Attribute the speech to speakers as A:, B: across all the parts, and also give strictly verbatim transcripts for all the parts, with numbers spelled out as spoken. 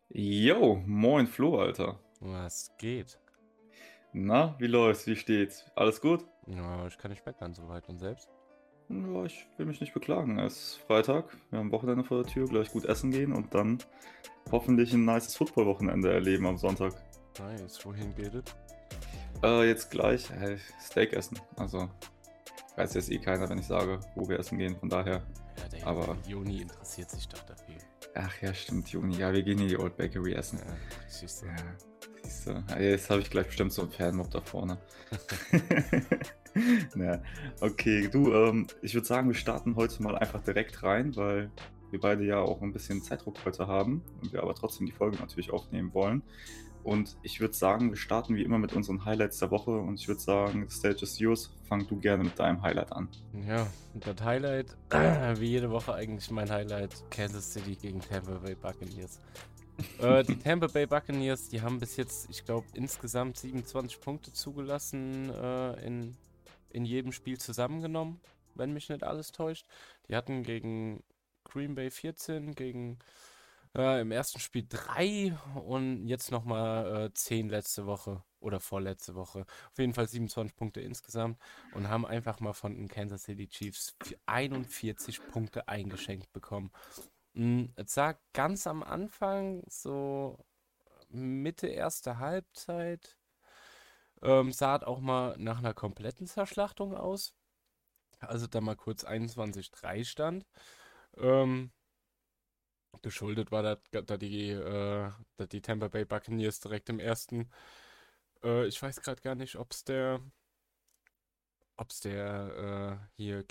A: Jo, moin Flo, Alter.
B: Was geht?
A: Na, wie läuft's? Wie steht's? Alles gut?
B: Ja, ich kann nicht meckern soweit und selbst.
A: Ja, ich will mich nicht beklagen. Es ist Freitag, wir haben Wochenende vor der Tür, gleich gut essen gehen und dann hoffentlich ein nices Football-Wochenende erleben am Sonntag.
B: Nice, wohin geht es?
A: Äh, jetzt gleich äh, Steak essen. Also, weiß jetzt eh keiner, wenn ich sage, wo wir essen gehen, von daher.
B: Ja, der
A: Aber,
B: Joni interessiert sich doch dafür.
A: ach ja, stimmt, Juni. Ja, wir gehen in die Old Bakery essen.
B: Ja, siehst du.
A: Ja, siehst du. Ja, jetzt habe ich gleich bestimmt so einen Fanmob da vorne. Ja, okay, du, ähm, ich würde sagen, wir starten heute mal einfach direkt rein, weil wir beide ja auch ein bisschen Zeitdruck heute haben und wir aber trotzdem die Folge natürlich aufnehmen wollen. Und ich würde sagen, wir starten wie immer mit unseren Highlights der Woche und ich würde sagen, the stage is yours. Fang du gerne mit deinem Highlight an.
B: Ja, das Highlight, wie jede Woche eigentlich mein Highlight, Kansas City gegen Tampa Bay Buccaneers. äh, die Tampa Bay Buccaneers, die haben bis jetzt, ich glaube, insgesamt siebenundzwanzig Punkte zugelassen äh, in, in jedem Spiel zusammengenommen, wenn mich nicht alles täuscht. Die hatten gegen Green Bay vierzehn, gegen äh, im ersten Spiel drei und jetzt nochmal äh, zehn letzte Woche oder vorletzte Woche. Auf jeden Fall siebenundzwanzig Punkte insgesamt und haben einfach mal von den Kansas City Chiefs einundvierzig Punkte eingeschenkt bekommen. Mm, Es sah ganz am Anfang, so Mitte erste Halbzeit, ähm, sah es auch mal nach einer kompletten Zerschlachtung aus. Also da mal kurz einundzwanzig drei stand. Ähm, geschuldet war, dass, dass die, äh, dass die Tampa Bay Buccaneers direkt im ersten, äh, ich weiß gerade gar nicht, ob es der, ob es der äh, hier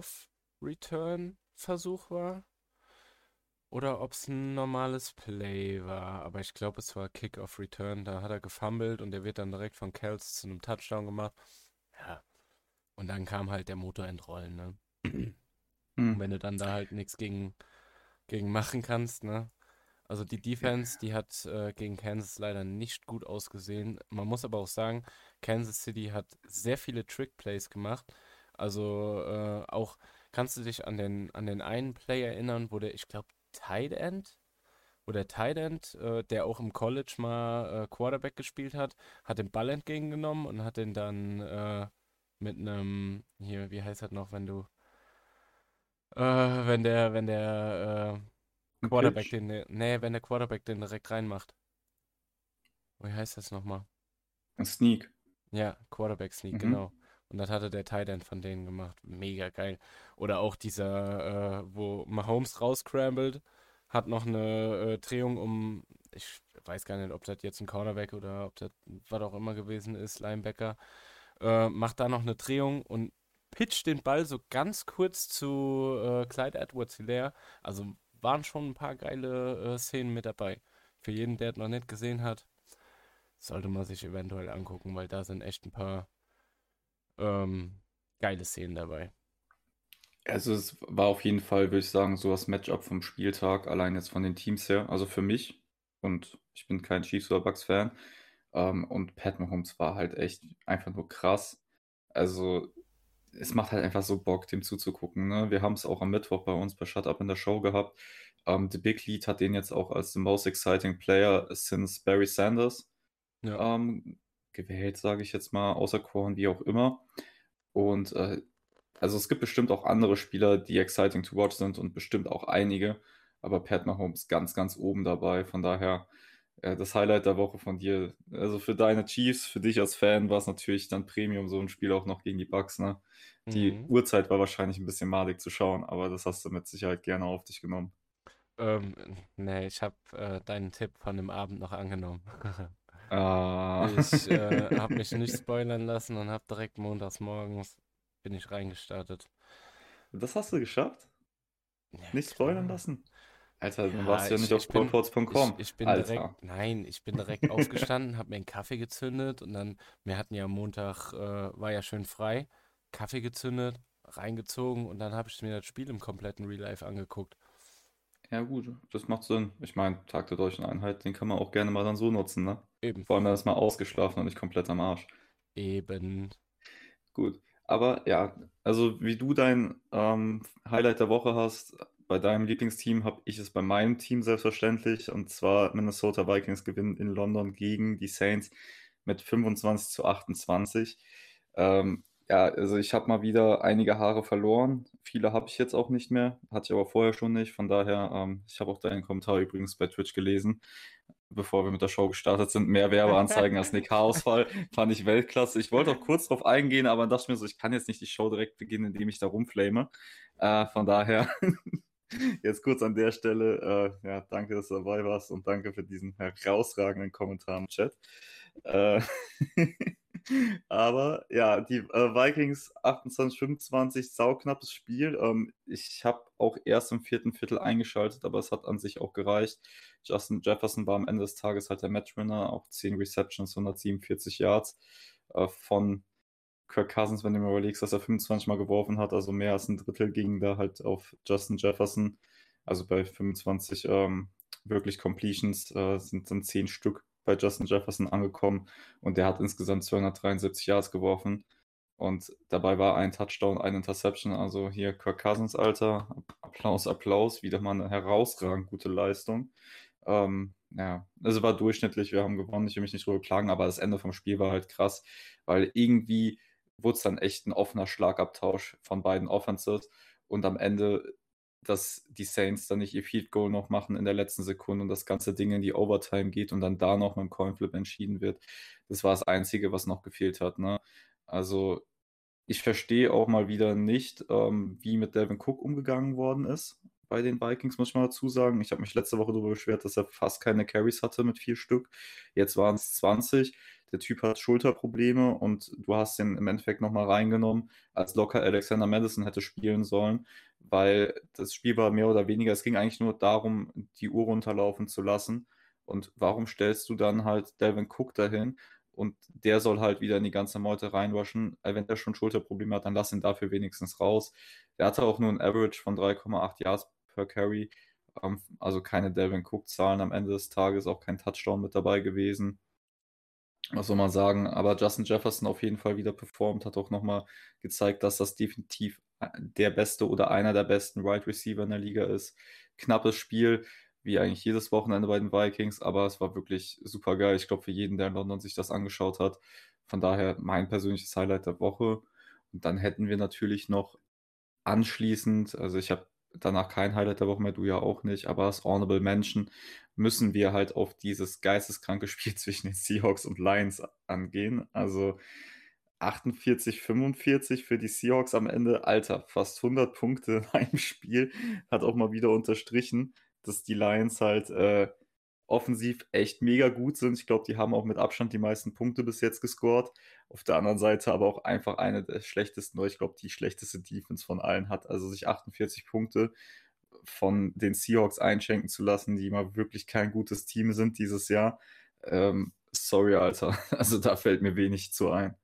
B: Kickoff-Return-Versuch war. Oder ob es ein normales Play war. Aber ich glaube, es war Kick-Off-Return. Da hat er gefumbled und der wird dann direkt von Kels zu einem Touchdown gemacht. Ja. Und dann kam halt der Motor entrollen, ne?
A: Hm.
B: Und wenn du dann da halt nichts gegen, gegen machen kannst, ne? Also die Defense, die hat äh, gegen Kansas leider nicht gut ausgesehen. Man muss aber auch sagen, Kansas City hat sehr viele Trick-Plays gemacht. Also äh, auch, kannst du dich an den, an den einen Play erinnern, wo der, ich glaube, Tight End wo der Tight End, äh, der auch im College mal äh, Quarterback gespielt hat, hat den Ball entgegengenommen und hat den dann äh, mit einem, hier, wie heißt das noch, wenn du, äh, wenn der, wenn der äh,
A: Ein
B: Quarterback
A: Pitch?
B: den, nee, wenn der Quarterback den direkt reinmacht. Wie heißt das nochmal?
A: Ein Sneak?
B: Ja, Quarterback Sneak,
A: Mhm.
B: genau. Und das hatte der Tight End von denen gemacht. Mega geil. Oder auch dieser, äh, wo Mahomes rausscrambled, hat noch eine äh, Drehung um, ich weiß gar nicht, ob das jetzt ein Cornerback oder ob das was auch immer gewesen ist, Linebacker, äh, macht da noch eine Drehung und pitcht den Ball so ganz kurz zu äh, Clyde Edwards-Helaire. Also waren schon ein paar geile äh, Szenen mit dabei. Für jeden, der es noch nicht gesehen hat, sollte man sich eventuell angucken, weil da sind echt ein paar ähm, geile Szenen dabei.
A: Also es war auf jeden Fall, würde ich sagen, so das Matchup vom Spieltag, allein jetzt von den Teams her. Also für mich, und ich bin kein Chiefs- oder Bucks-Fan, ähm, und Pat Mahomes war halt echt einfach nur krass. Also es macht halt einfach so Bock, dem zuzugucken. Ne? Wir haben es auch am Mittwoch bei uns bei Shut Up in der Show gehabt. Ähm, The Big Lead hat den jetzt auch als the most exciting player since Barry Sanders
B: Ja.
A: ähm, gewählt, sage ich jetzt mal, auserkoren, wie auch immer. Und äh, also es gibt bestimmt auch andere Spieler, die exciting to watch sind und bestimmt auch einige, aber Pat Mahomes ganz, ganz oben dabei. Von daher äh, das Highlight der Woche von dir. Also für deine Chiefs, für dich als Fan war es natürlich dann Premium, so ein Spiel auch noch gegen die Bucks, ne? Die
B: Mhm.
A: Uhrzeit war wahrscheinlich ein bisschen madig zu schauen, aber das hast du mit Sicherheit gerne auf dich genommen.
B: Ähm, nee, ich habe äh, deinen Tipp von dem Abend noch angenommen.
A: Ah.
B: Ich äh, habe mich nicht spoilern lassen und habe direkt montags morgens bin ich reingestartet.
A: Das hast du geschafft?
B: Ja,
A: Nicht spoilern
B: klar.
A: lassen? Alter, dann
B: Ja,
A: warst du ja
B: ich,
A: nicht auf
B: ich bin,
A: spoilpods punkt
B: ich,
A: com.
B: ich bin direkt,
A: Alter.
B: nein, ich bin direkt aufgestanden, habe mir einen Kaffee gezündet und dann, wir hatten ja am Montag, äh, war ja schön frei, Kaffee gezündet, reingezogen und dann habe ich mir das Spiel im kompletten Real Life angeguckt.
A: Ja gut, das macht Sinn. Ich meine, Tag der Deutschen Einheit, den kann man auch gerne mal dann so nutzen, ne?
B: Eben,
A: Vor allem, er ist mal ausgeschlafen und nicht komplett am Arsch.
B: eben.
A: Gut. Aber ja, also wie du dein ähm, Highlight der Woche hast, bei deinem Lieblingsteam habe ich es bei meinem Team selbstverständlich. Und zwar Minnesota Vikings gewinnen in London gegen die Saints mit fünfundzwanzig zu achtundzwanzig. Ähm, ja, also ich habe mal wieder einige Haare verloren. Viele habe ich jetzt auch nicht mehr. Hatte ich aber vorher schon nicht. Von daher, ähm, ich habe auch deinen Kommentar übrigens bei Twitch gelesen, bevor wir mit der Show gestartet sind. Mehr Werbeanzeigen als Nick Haarausfall. Fand ich Weltklasse. Ich wollte auch kurz drauf eingehen, aber dachte mir so, ich kann jetzt nicht die Show direkt beginnen, indem ich da rumflame. Äh, von daher, jetzt kurz an der Stelle, äh, ja, danke, dass du dabei warst und danke für diesen herausragenden Kommentar im Chat. Äh, aber ja, die äh, Vikings achtundzwanzig fünfundzwanzig, sauknappes Spiel. Ähm, ich habe auch erst im vierten Viertel eingeschaltet, aber es hat an sich auch gereicht. Justin Jefferson war am Ende des Tages halt der Matchwinner, auch zehn Receptions, hundertsiebenundvierzig Yards äh, von Kirk Cousins, wenn du mir überlegst, dass er fünfundzwanzig Mal geworfen hat, also mehr als ein Drittel ging da halt auf Justin Jefferson. Also bei fünfundzwanzig ähm, wirklich Completions äh, sind dann zehn Stück bei Justin Jefferson angekommen und der hat insgesamt zweihundertdreiundsiebzig Yards geworfen und dabei war ein Touchdown, eine Interception. Also hier Kirk Cousins, Alter, Applaus, Applaus, wieder mal eine herausragend gute Leistung. Ähm, ja, also war durchschnittlich, wir haben gewonnen, ich will mich nicht drüber klagen, aber das Ende vom Spiel war halt krass, weil irgendwie wurde es dann echt ein offener Schlagabtausch von beiden Offenses und am Ende, dass die Saints dann nicht ihr Field Goal noch machen in der letzten Sekunde und das ganze Ding in die Overtime geht und dann da noch mit dem Coinflip entschieden wird. Das war das Einzige, was noch gefehlt hat, ne? Also ich verstehe auch mal wieder nicht, ähm, wie mit Dalvin Cook umgegangen worden ist bei den Vikings, muss ich mal dazu sagen. Ich habe mich letzte Woche darüber beschwert, dass er fast keine Carries hatte mit vier Stück. Jetzt waren es zwanzig. Der Typ hat Schulterprobleme und du hast den im Endeffekt nochmal reingenommen, als locker Alexander Madison hätte spielen sollen, weil das Spiel war mehr oder weniger, es ging eigentlich nur darum, die Uhr runterlaufen zu lassen. Und warum stellst du dann halt Dalvin Cook dahin? Und der soll halt wieder in die ganze Meute reinwaschen. Äh, Wenn der schon Schulterprobleme hat, dann lass ihn dafür wenigstens raus. Der hatte auch nur ein Average von drei Komma acht Yards per Carry. Ähm, also keine Dalvin Cook-Zahlen am Ende des Tages, auch kein Touchdown mit dabei gewesen. Was soll man sagen? Aber Justin Jefferson auf jeden Fall wieder performt, hat auch nochmal gezeigt, dass das definitiv der beste oder einer der besten Wide Receiver in der Liga ist. Knappes Spiel, wie eigentlich jedes Wochenende bei den Vikings, aber es war wirklich super geil. Ich glaube, für jeden, der in London sich das angeschaut hat. Von daher mein persönliches Highlight der Woche. Und dann hätten wir natürlich noch anschließend, also ich habe danach kein Highlight der Woche mehr, du ja auch nicht, aber als Honorable Mention müssen wir halt auf dieses geisteskranke Spiel zwischen den Seahawks und Lions angehen. Also achtundvierzig fünfundvierzig für die Seahawks am Ende. Alter, fast hundert Punkte in einem Spiel. Hat auch mal wieder unterstrichen, dass die Lions halt äh, offensiv echt mega gut sind. Ich glaube, die haben auch mit Abstand die meisten Punkte bis jetzt gescored. Auf der anderen Seite aber auch einfach eine der schlechtesten, oder ich glaube, die schlechteste Defense von allen hat. Also sich achtundvierzig Punkte von den Seahawks einschenken zu lassen, die mal wirklich kein gutes Team sind dieses Jahr. Ähm, sorry, Alter. Also da fällt mir wenig zu ein.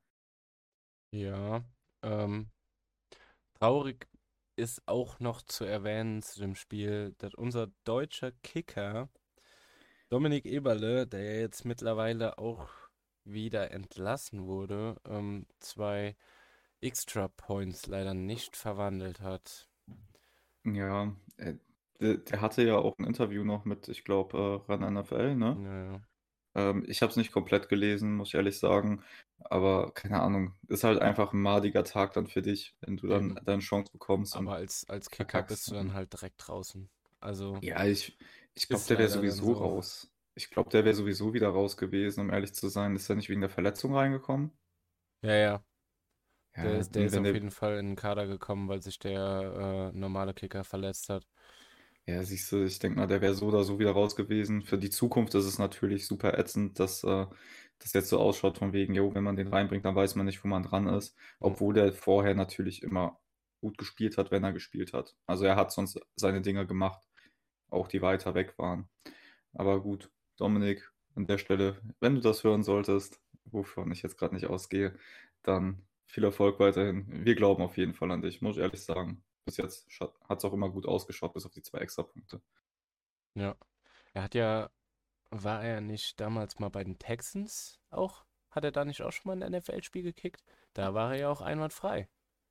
B: Ja, ähm, traurig ist auch noch zu erwähnen zu dem Spiel, dass unser deutscher Kicker Dominik Eberle, der ja jetzt mittlerweile auch wieder entlassen wurde, ähm, zwei Extra Points leider nicht verwandelt hat.
A: Ja, äh, der, der hatte ja auch ein Interview noch mit, ich glaube, äh, Run N F L, ne?
B: Ja,
A: Ähm, ich habe es nicht komplett gelesen, muss ich ehrlich sagen. Aber keine Ahnung, ist halt einfach ein madiger Tag dann für dich, wenn du dann
B: eben.
A: deine Chance bekommst
B: Aber
A: und
B: als, als Kicker bist
A: verkackst.
B: du dann halt direkt draußen. Also
A: Ja, ich, ich glaube,
B: ist
A: der wäre
B: leider dann
A: sowieso
B: so.
A: raus. Ich glaube, der wäre sowieso wieder raus gewesen, um ehrlich zu sein. Ist er nicht wegen der Verletzung reingekommen?
B: Ja, ja. Der
A: Ja,
B: ist, der
A: und
B: ist
A: wenn
B: auf
A: der,
B: jeden Fall in den Kader gekommen, weil sich der äh, normale Kicker verletzt hat.
A: ja, siehst du, ich denke mal, der wäre so oder so wieder raus gewesen. Für die Zukunft ist es natürlich super ätzend, dass äh, das jetzt so ausschaut von wegen, jo, wenn man den reinbringt, dann weiß man nicht, wo man dran ist.
B: Hm.
A: Obwohl der vorher natürlich immer gut gespielt hat, wenn er gespielt hat. Also er hat sonst seine Dinge gemacht, auch die weiter weg waren. Aber gut, Dominik, an der Stelle, wenn du das hören solltest, wovon ich jetzt gerade nicht ausgehe, dann viel Erfolg weiterhin. Wir glauben auf jeden Fall an dich, muss ich ehrlich sagen. Bis jetzt hat es auch immer gut ausgeschaut, bis auf die zwei Extrapunkte.
B: Ja. Er hat ja, war er nicht damals mal bei den Texans auch? Hat er da nicht auch schon mal ein N F L-Spiel gekickt? Da war er ja auch einwandfrei.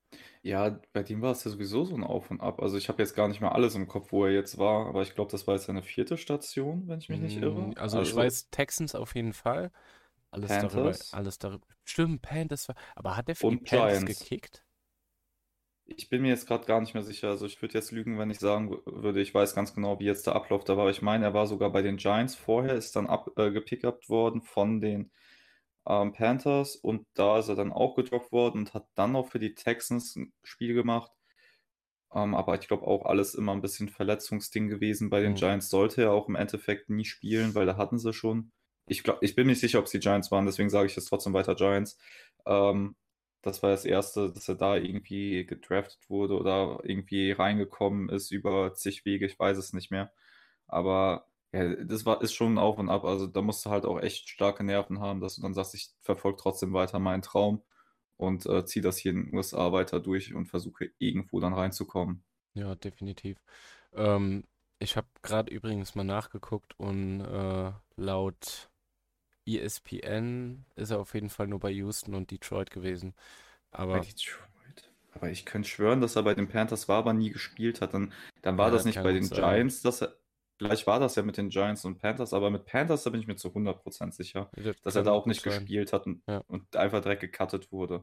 A: Ja, bei dem war es ja sowieso so ein Auf und Ab. Also ich habe jetzt gar nicht mehr alles im Kopf, wo er jetzt war, aber ich glaube, das war jetzt seine vierte Station, wenn ich mich nicht
B: Mm,
A: irre.
B: Also ich
A: Also
B: weiß Texans auf jeden Fall. Alles darüber,
A: Panthers
B: alles darüber. Stimmt, Panthers war. Aber hat er für die
A: und
B: Panthers
A: Giants.
B: gekickt?
A: Ich bin mir jetzt gerade gar nicht mehr sicher. Also ich würde jetzt lügen, wenn ich sagen w- würde, ich weiß ganz genau, wie jetzt der Ablauf da war. Aber ich meine, er war sogar bei den Giants vorher, ist dann ab, äh, gepickupt worden von den ähm, Panthers und da ist er dann auch gedroppt worden und hat dann noch für die Texans ein Spiel gemacht. Ähm, aber ich glaube auch alles immer ein bisschen Verletzungsding gewesen. Bei den
B: Hm.
A: Giants sollte er auch im Endeffekt nie spielen, weil da hatten sie schon. Ich glaube, ich bin nicht sicher, ob es die Giants waren, deswegen sage ich jetzt trotzdem weiter Giants. Ähm, Das war das erste, dass er da irgendwie gedraftet wurde oder irgendwie reingekommen ist über zig Wege, ich weiß es nicht mehr. Aber ja, das war, ist schon ein Auf und Ab. Also da musst du halt auch echt starke Nerven haben, dass du dann sagst, ich verfolge trotzdem weiter meinen Traum und äh, ziehe das hier in den U S A weiter durch und versuche irgendwo dann reinzukommen.
B: Ja, definitiv. Ähm, Ich habe gerade übrigens mal nachgeguckt und äh, laut E S P N ist er auf jeden Fall nur bei Houston und Detroit gewesen.
A: Bei
B: Aber
A: Detroit. Aber ich könnte schwören, dass er bei den Panthers war, aber nie gespielt hat. Dann, dann war
B: ja,
A: das
B: das
A: nicht
B: kann
A: bei
B: gut
A: den
B: sein.
A: Giants, dass er. Vielleicht war das ja mit den Giants und Panthers, aber mit Panthers, da bin ich mir zu hundert Prozent sicher,
B: Das
A: dass er da
B: kann
A: auch
B: gut
A: nicht
B: sein.
A: gespielt hat und,
B: Ja.
A: und einfach direkt gecuttet wurde.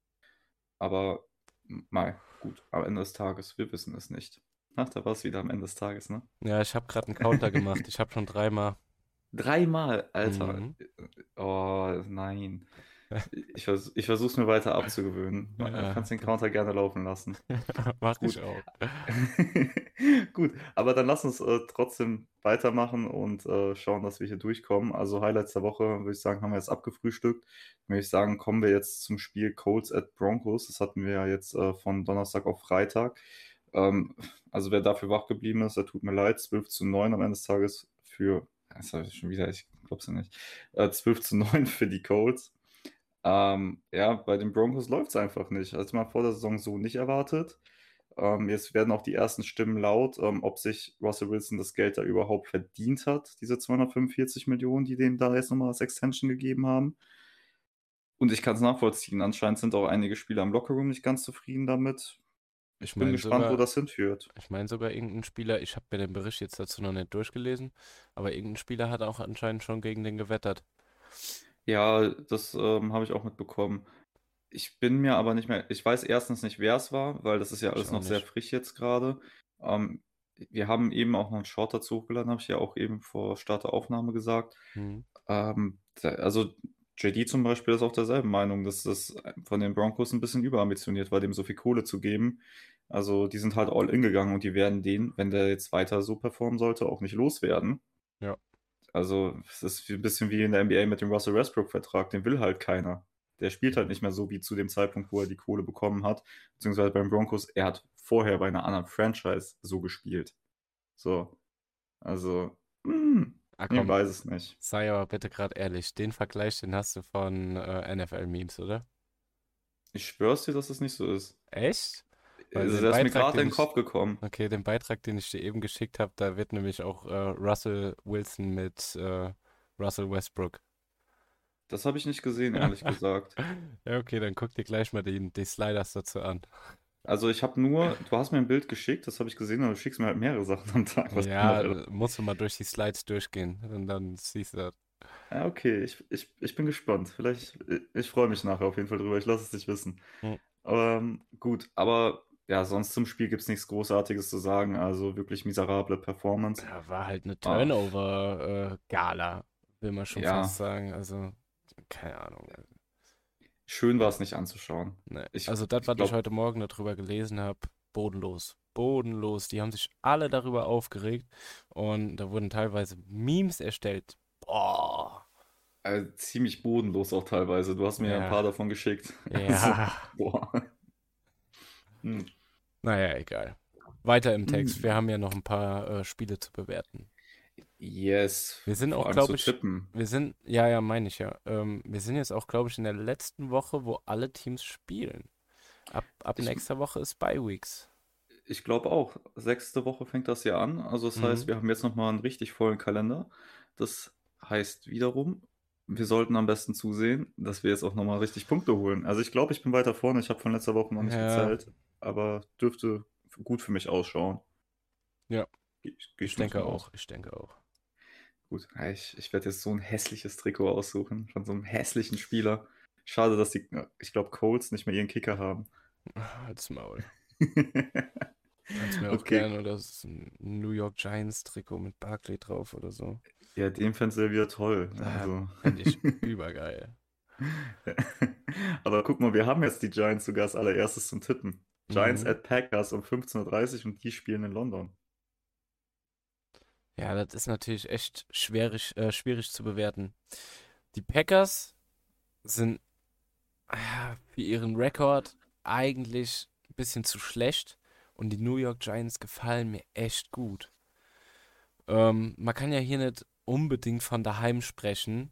A: Aber, mal, gut, am Ende des Tages, wir wissen es nicht. Ach, da war es wieder am Ende des Tages, ne?
B: Ja, ich habe gerade einen Counter gemacht. Ich habe schon dreimal.
A: Dreimal, Alter.
B: Mhm.
A: Oh, nein. Ich, vers ich versuche es mir weiter abzugewöhnen. Du
B: Ja,
A: kannst den
B: das
A: Counter gerne laufen lassen.
B: mache ich
A: Gut.
B: auch.
A: Gut, aber dann lass uns äh, trotzdem weitermachen und äh, schauen, dass wir hier durchkommen. Also Highlights der Woche, würde ich sagen, haben wir jetzt abgefrühstückt. Würde ich sagen, kommen wir jetzt zum Spiel Colts at Broncos. Das hatten wir ja jetzt äh, von Donnerstag auf Freitag. Ähm, also wer dafür wach geblieben ist, der tut mir leid. zwölf zu neun am Ende des Tages für, das habe ich schon wieder, ich glaube es ja nicht, äh, zwölf zu neun für die Colts. Ähm, ja, bei den Broncos läuft es einfach nicht. Also man vor der Saison so nicht erwartet. Ähm, jetzt werden auch die ersten Stimmen laut, ähm, ob sich Russell Wilson das Geld da überhaupt verdient hat, diese zweihundertfünfundvierzig Millionen, die denen da jetzt nochmal als Extension gegeben haben. Und ich kann es nachvollziehen. Anscheinend sind auch einige Spieler im Lockerroom nicht ganz zufrieden damit.
B: Ich
A: Ich bin
B: meine
A: gespannt, wo
B: sogar,
A: das hinführt.
B: ich meine sogar irgendein Spieler, ich habe mir den Bericht jetzt dazu noch nicht durchgelesen, aber irgendein Spieler hat auch anscheinend schon gegen den gewettert.
A: Ja, das ähm, habe ich auch mitbekommen. Ich bin mir aber nicht mehr, ich weiß erstens nicht, wer es war, weil das ist ja
B: Ich
A: alles
B: auch
A: noch sehr
B: nicht.
A: frisch jetzt gerade. Ähm, Wir haben eben auch noch einen Short dazu hochgeladen, habe ich ja auch eben vor Start der Aufnahme gesagt.
B: Hm.
A: Ähm, da, also J D zum Beispiel ist auch derselben Meinung, dass das von den Broncos ein bisschen überambitioniert war, dem so viel Kohle zu geben. Also die sind halt all in gegangen und die werden den, wenn der jetzt weiter so performen sollte, auch nicht loswerden.
B: Ja.
A: Also, es ist wie- ein bisschen wie in der N B A mit dem Russell Westbrook-Vertrag, den will halt keiner. Der spielt halt nicht mehr so wie zu dem Zeitpunkt, wo er die Kohle bekommen hat. Beziehungsweise beim Broncos, er hat vorher bei einer anderen Franchise so gespielt. So, also, hm,
B: Ah
A: ich
B: komm,
A: weiß es nicht.
B: sei aber bitte gerade ehrlich, den Vergleich, den hast du von äh, N F L-Memes, oder?
A: Ich schwör's dir, dass es nicht so ist.
B: Echt? Weil
A: Es ist
B: den
A: erst mir
B: Beitrag,
A: gerade
B: den
A: in den
B: ich,
A: Kopf gekommen.
B: okay, den Beitrag, den ich dir eben geschickt habe, da wird nämlich auch äh, Russell Wilson mit äh, Russell Westbrook.
A: Das habe ich nicht gesehen, ehrlich gesagt.
B: Ja, okay, dann guck dir gleich mal die, die Sliders dazu an.
A: Also ich habe nur, du hast mir ein Bild geschickt, das habe ich gesehen, aber du schickst mir halt mehrere Sachen am Tag, was
B: Ja,
A: generell.
B: äh, musst du mal durch die Slides durchgehen und dann siehst du das.
A: Ja, okay, ich, ich, ich bin gespannt. Vielleicht, ich, ich freue mich nachher auf jeden Fall drüber. Ich lasse es dich wissen.
B: Hm.
A: Ähm, gut, aber ja, sonst zum Spiel gibt es nichts Großartiges zu sagen. Also wirklich miserable Performance.
B: Ja, war halt eine
A: Ah,
B: Turnover-Gala, will man schon
A: ja,
B: fast sagen. Also, keine Ahnung.
A: schön war es nicht anzuschauen.
B: Ne.
A: Ich,
B: Also, das,
A: ich
B: was ich
A: glaube,
B: heute Morgen darüber gelesen habe, bodenlos. Bodenlos. Die haben sich alle darüber aufgeregt und da wurden teilweise Memes erstellt. Boah.
A: äh, ziemlich bodenlos auch teilweise. Du hast mir ja ein
B: Ja,
A: paar davon geschickt. Also,
B: ja.
A: boah. Hm.
B: Naja, egal. Weiter im Text. Wir
A: Hm.
B: haben ja noch ein paar äh, Spiele zu bewerten.
A: Yes,
B: Wir sind
A: vor
B: auch,
A: allem zu
B: glaube ich,
A: tippen.
B: wir sind, ja, ja, meine ich ja. Ähm, wir sind jetzt auch, glaube ich, in der letzten Woche, wo alle Teams spielen. Ab, ab
A: Ich,
B: nächster Woche ist Bye Weeks.
A: Ich glaube auch. Sechste Woche fängt das ja an. Also das heißt,
B: Mhm.
A: wir haben jetzt nochmal einen richtig vollen Kalender. Das heißt wiederum, wir sollten am besten zusehen, dass wir jetzt auch noch mal richtig Punkte holen. Also, ich glaube, ich bin weiter vorne. Ich habe von letzter Woche noch nicht
B: Ja,
A: gezählt, aber dürfte f gut für mich ausschauen.
B: ja,
A: Gehe ich gehe
B: ich
A: ich mal
B: denke
A: von aus.
B: auch, ich denke auch.
A: Gut, ja, ich ich werde jetzt so 'n hässliches Trikot aussuchen von so 'nem hässlichen Spieler. Schade, dass die, äh, ich glaube, Colts nicht mehr ihren Kicker haben.
B: Halt's Maul. Kannst mir auch
A: Okay.
B: gerne oder s 'n New York Giants Trikot mit Barkley drauf oder so.
A: Ja, den fändest du ja wieder toll, ne?
B: Da
A: Also
B: fände ich übergeil.
A: aber guck mal, wir haben jetzt die Giants sogar als Allererstes zum Tippen. Giants
B: Mhm.
A: at Packers um fünfzehn Uhr dreißig und die spielen in London.
B: Ja, das ist natürlich echt schwierig, äh, schwierig zu bewerten. Die Packers sind ah, für ihren Rekord eigentlich ein bisschen zu schlecht und die New York Giants gefallen mir echt gut. Ähm, man kann ja hier nicht unbedingt von daheim sprechen.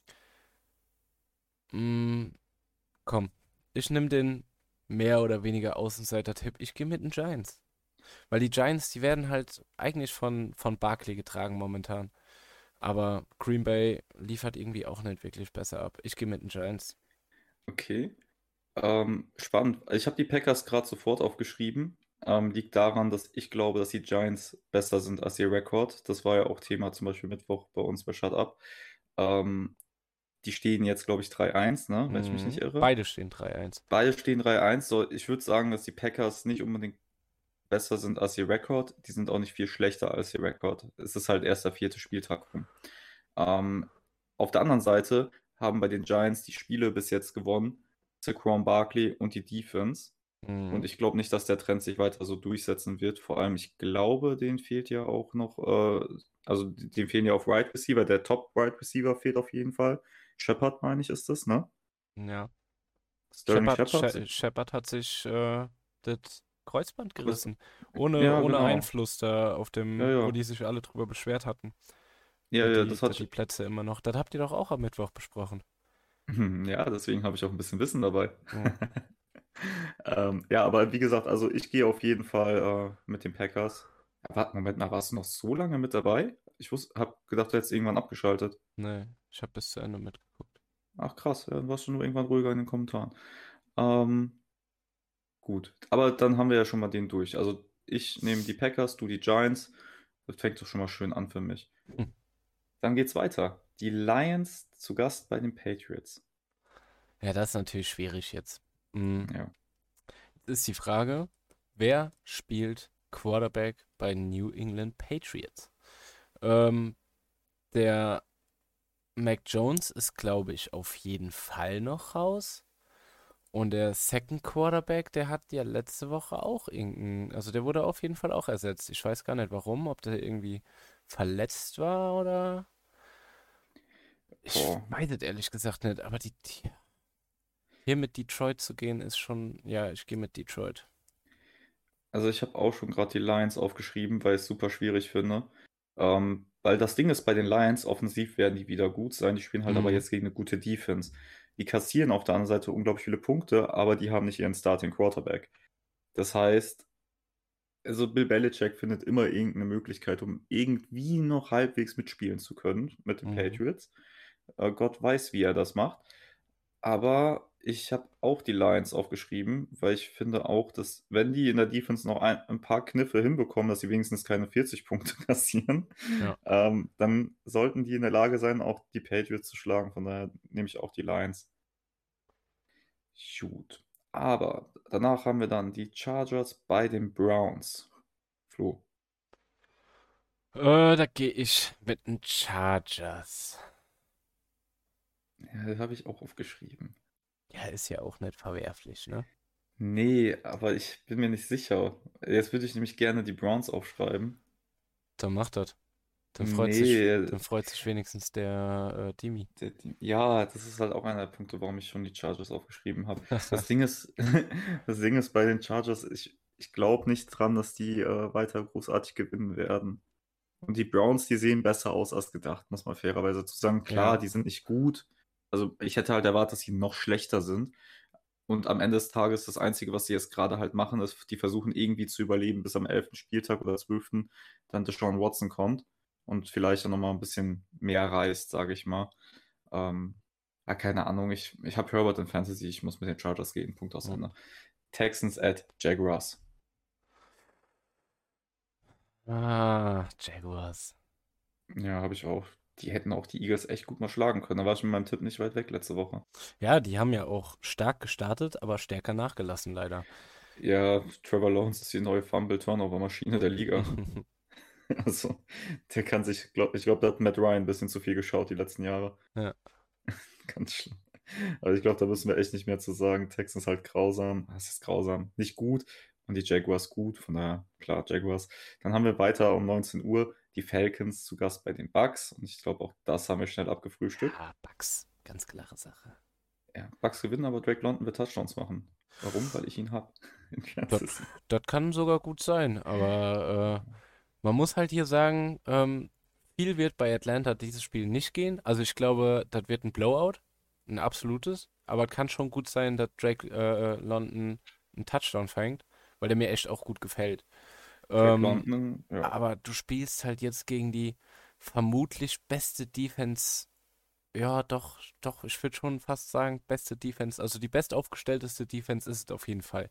B: Mm, komm, ich nehme den mehr oder weniger Außenseiter-Tipp. Ich gehe mit den Giants. Weil die Giants, die werden halt eigentlich von, von Barkley getragen momentan. Aber Green Bay liefert irgendwie auch nicht wirklich besser ab. Ich gehe mit den Giants.
A: Okay, ähm, spannend. Ich habe die Packers grad sofort aufgeschrieben. Ähm, liegt daran, dass ich glaube, dass die Giants besser sind als ihr Rekord. Das war ja auch Thema zum Beispiel Mittwoch bei uns bei Shut Up. Ähm, die stehen jetzt, glaube ich, drei eins, ne, wenn ich mich nicht
B: Mhm.
A: irre.
B: Beide stehen drei eins.
A: Beide stehen drei eins. So, ich würde sagen, dass die Packers nicht unbedingt besser sind als ihr Rekord. Die sind auch nicht viel schlechter als ihr Rekord. Es ist halt erst der vierte Spieltag rum. Ähm, auf der anderen Seite haben bei den Giants die Spiele bis jetzt gewonnen, Saquon Barkley und die Defense. Und
B: Mhm.
A: ich glaube nicht, dass der Trend sich weiter so durchsetzen wird. Vor allem, ich glaube, denen fehlt ja auch noch, äh, also dem fehlen ja auf Wide Receiver. Der Top Wide Receiver fehlt auf jeden Fall. Shepard, meine ich, ist das, ne?
B: Ja.
A: Sterling
B: Shepard,
A: Shepard?
B: She Shepard hat sich äh, das Kreuzband
A: Größer.
B: gerissen. Ohne,
A: Ja,
B: ohne
A: genau.
B: Einfluss da auf
A: Ja,
B: dem, wo
A: ja.
B: die sich alle drüber beschwert hatten.
A: Ja,
B: Da
A: ja,
B: die,
A: das
B: da
A: hat.
B: die Plätze immer noch. Das habt ihr doch auch am Mittwoch besprochen.
A: Ja, deswegen habe ich auch ein bisschen Wissen dabei.
B: Hm.
A: Ähm, ja, aber wie gesagt, also ich gehe auf jeden Fall äh, mit den Packers. Ja, warte, Moment, na, warst du noch so lange mit dabei? Ich wusste, hab gedacht, du hättest irgendwann abgeschaltet.
B: Nee, ich habe bis zu Ende mitgeguckt.
A: Ach krass, ja, dann warst du nur irgendwann ruhiger in den Kommentaren. Ähm, gut, aber dann haben wir ja schon mal den durch. Also ich nehme die Packers, du die Giants. Das fängt doch schon mal schön an für mich.
B: Hm.
A: Dann geht's weiter. Die Lions zu Gast bei den Patriots.
B: Ja, das ist natürlich schwierig jetzt. Hm.
A: Ja.
B: Ist die Frage, wer spielt Quarterback bei New England Patriots? Ähm, der Mac Jones ist, glaube ich, auf jeden Fall noch raus. Und der Second Quarterback, der hat ja letzte Woche auch irgendein, also der wurde auf jeden Fall auch ersetzt. Ich weiß gar nicht warum, ob der irgendwie verletzt war oder. Ich
A: Boah.
B: weiß es ehrlich gesagt nicht, aber die, die, hier mit Detroit zu gehen ist schon, ja, ich gehe mit Detroit.
A: Also ich habe auch schon gerade die Lions aufgeschrieben, weil ich es super schwierig finde. Ähm, weil das Ding ist, bei den Lions, offensiv werden die wieder gut sein. Die spielen halt aber
B: Mhm.
A: jetzt gegen eine gute Defense. Die kassieren auf der anderen Seite unglaublich viele Punkte, aber die haben nicht ihren Starting Quarterback. Das heißt, also Bill Belichick findet immer irgendeine Möglichkeit, um irgendwie noch halbwegs mitspielen zu können mit den
B: Mhm.
A: Patriots. Äh, Gott weiß, wie er das macht. Aber ich habe auch die Lions aufgeschrieben, weil ich finde auch, dass wenn die in der Defense noch ein, ein paar Kniffe hinbekommen, dass sie wenigstens keine vierzig Punkte kassieren,
B: Ja.
A: ähm, dann sollten die in der Lage sein, auch die Patriots zu schlagen. Von daher nehme ich auch die Lions. Gut. Aber danach haben wir dann die Chargers bei den Browns. Flo.
B: Äh, da gehe ich mit den Chargers.
A: Ja, habe ich auch aufgeschrieben.
B: Ja, ist ja auch nicht verwerflich, ne?
A: Nee, aber ich bin mir nicht sicher. Jetzt würde ich nämlich gerne die Browns aufschreiben.
B: Dann macht das. Dann freut sich,
A: Nee,
B: dann freut sich wenigstens der äh, Dimi.
A: der- die- ja, das ist halt auch einer der Punkte, warum ich schon die Chargers aufgeschrieben habe. Das Ding ist, das Ding ist bei den Chargers, ich, ich glaube nicht dran, dass die äh, weiter großartig gewinnen werden. Und die Browns, die sehen besser aus als gedacht, muss man fairerweise zu sagen. Klar,
B: Ja,
A: die sind nicht gut. Also ich hätte halt erwartet, dass sie noch schlechter sind. Und am Ende des Tages, das Einzige, was sie jetzt gerade halt machen, ist, die versuchen irgendwie zu überleben, bis am elften Spieltag oder zwölften dann Deshaun Watson kommt und vielleicht dann nochmal ein bisschen mehr reißt, sage ich mal. Ähm, ah, keine Ahnung, ich, ich habe Herbert in Fantasy, ich muss mit den Chargers gehen. Punkt aus
B: Hm.
A: Ende. Texans at Jaguars.
B: Ah, Jaguars.
A: Ja, habe ich auch. Die hätten auch die Eagles echt gut mal schlagen können. Da war ich mit meinem Tipp nicht weit weg letzte Woche.
B: Ja, die haben ja auch stark gestartet, aber stärker nachgelassen, leider.
A: Ja, Trevor Lawrence ist die neue Fumble-Turnover-Maschine der Liga. Also, der kann sich, glaub, ich glaube, da hat Matt Ryan ein bisschen zu viel geschaut die letzten Jahre.
B: Ja.
A: Ganz schlimm. Also ich glaube, da müssen wir echt nicht mehr zu sagen. Texans halt grausam. Was ist grausam? Nicht gut. Und die Jaguars gut. Von daher, klar, Jaguars. Dann haben wir weiter um neunzehn Uhr die Falcons zu Gast bei den Bucks. Und ich glaube, auch das haben wir schnell abgefrühstückt.
B: Ja, Bucks, ganz klare Sache.
A: Ja, Bucks gewinnen, aber Drake London wird Touchdowns machen. Warum? Weil ich ihn habe in
B: Das,
A: Fantasy.
B: das kann sogar gut sein, aber äh, man muss halt hier sagen, ähm, viel wird bei Atlanta dieses Spiel nicht gehen. Also ich glaube, das wird ein Blowout, ein absolutes, aber es kann schon gut sein, dass Drake äh, äh, London einen Touchdown fängt, weil der mir echt auch gut gefällt.
A: Drake
B: Ähm,
A: London, ja.
B: aber du spielst halt jetzt gegen die vermutlich beste Defense. Ja, doch, doch, ich würde schon fast sagen, beste Defense. Also die bestaufgestellteste Defense ist es auf jeden Fall.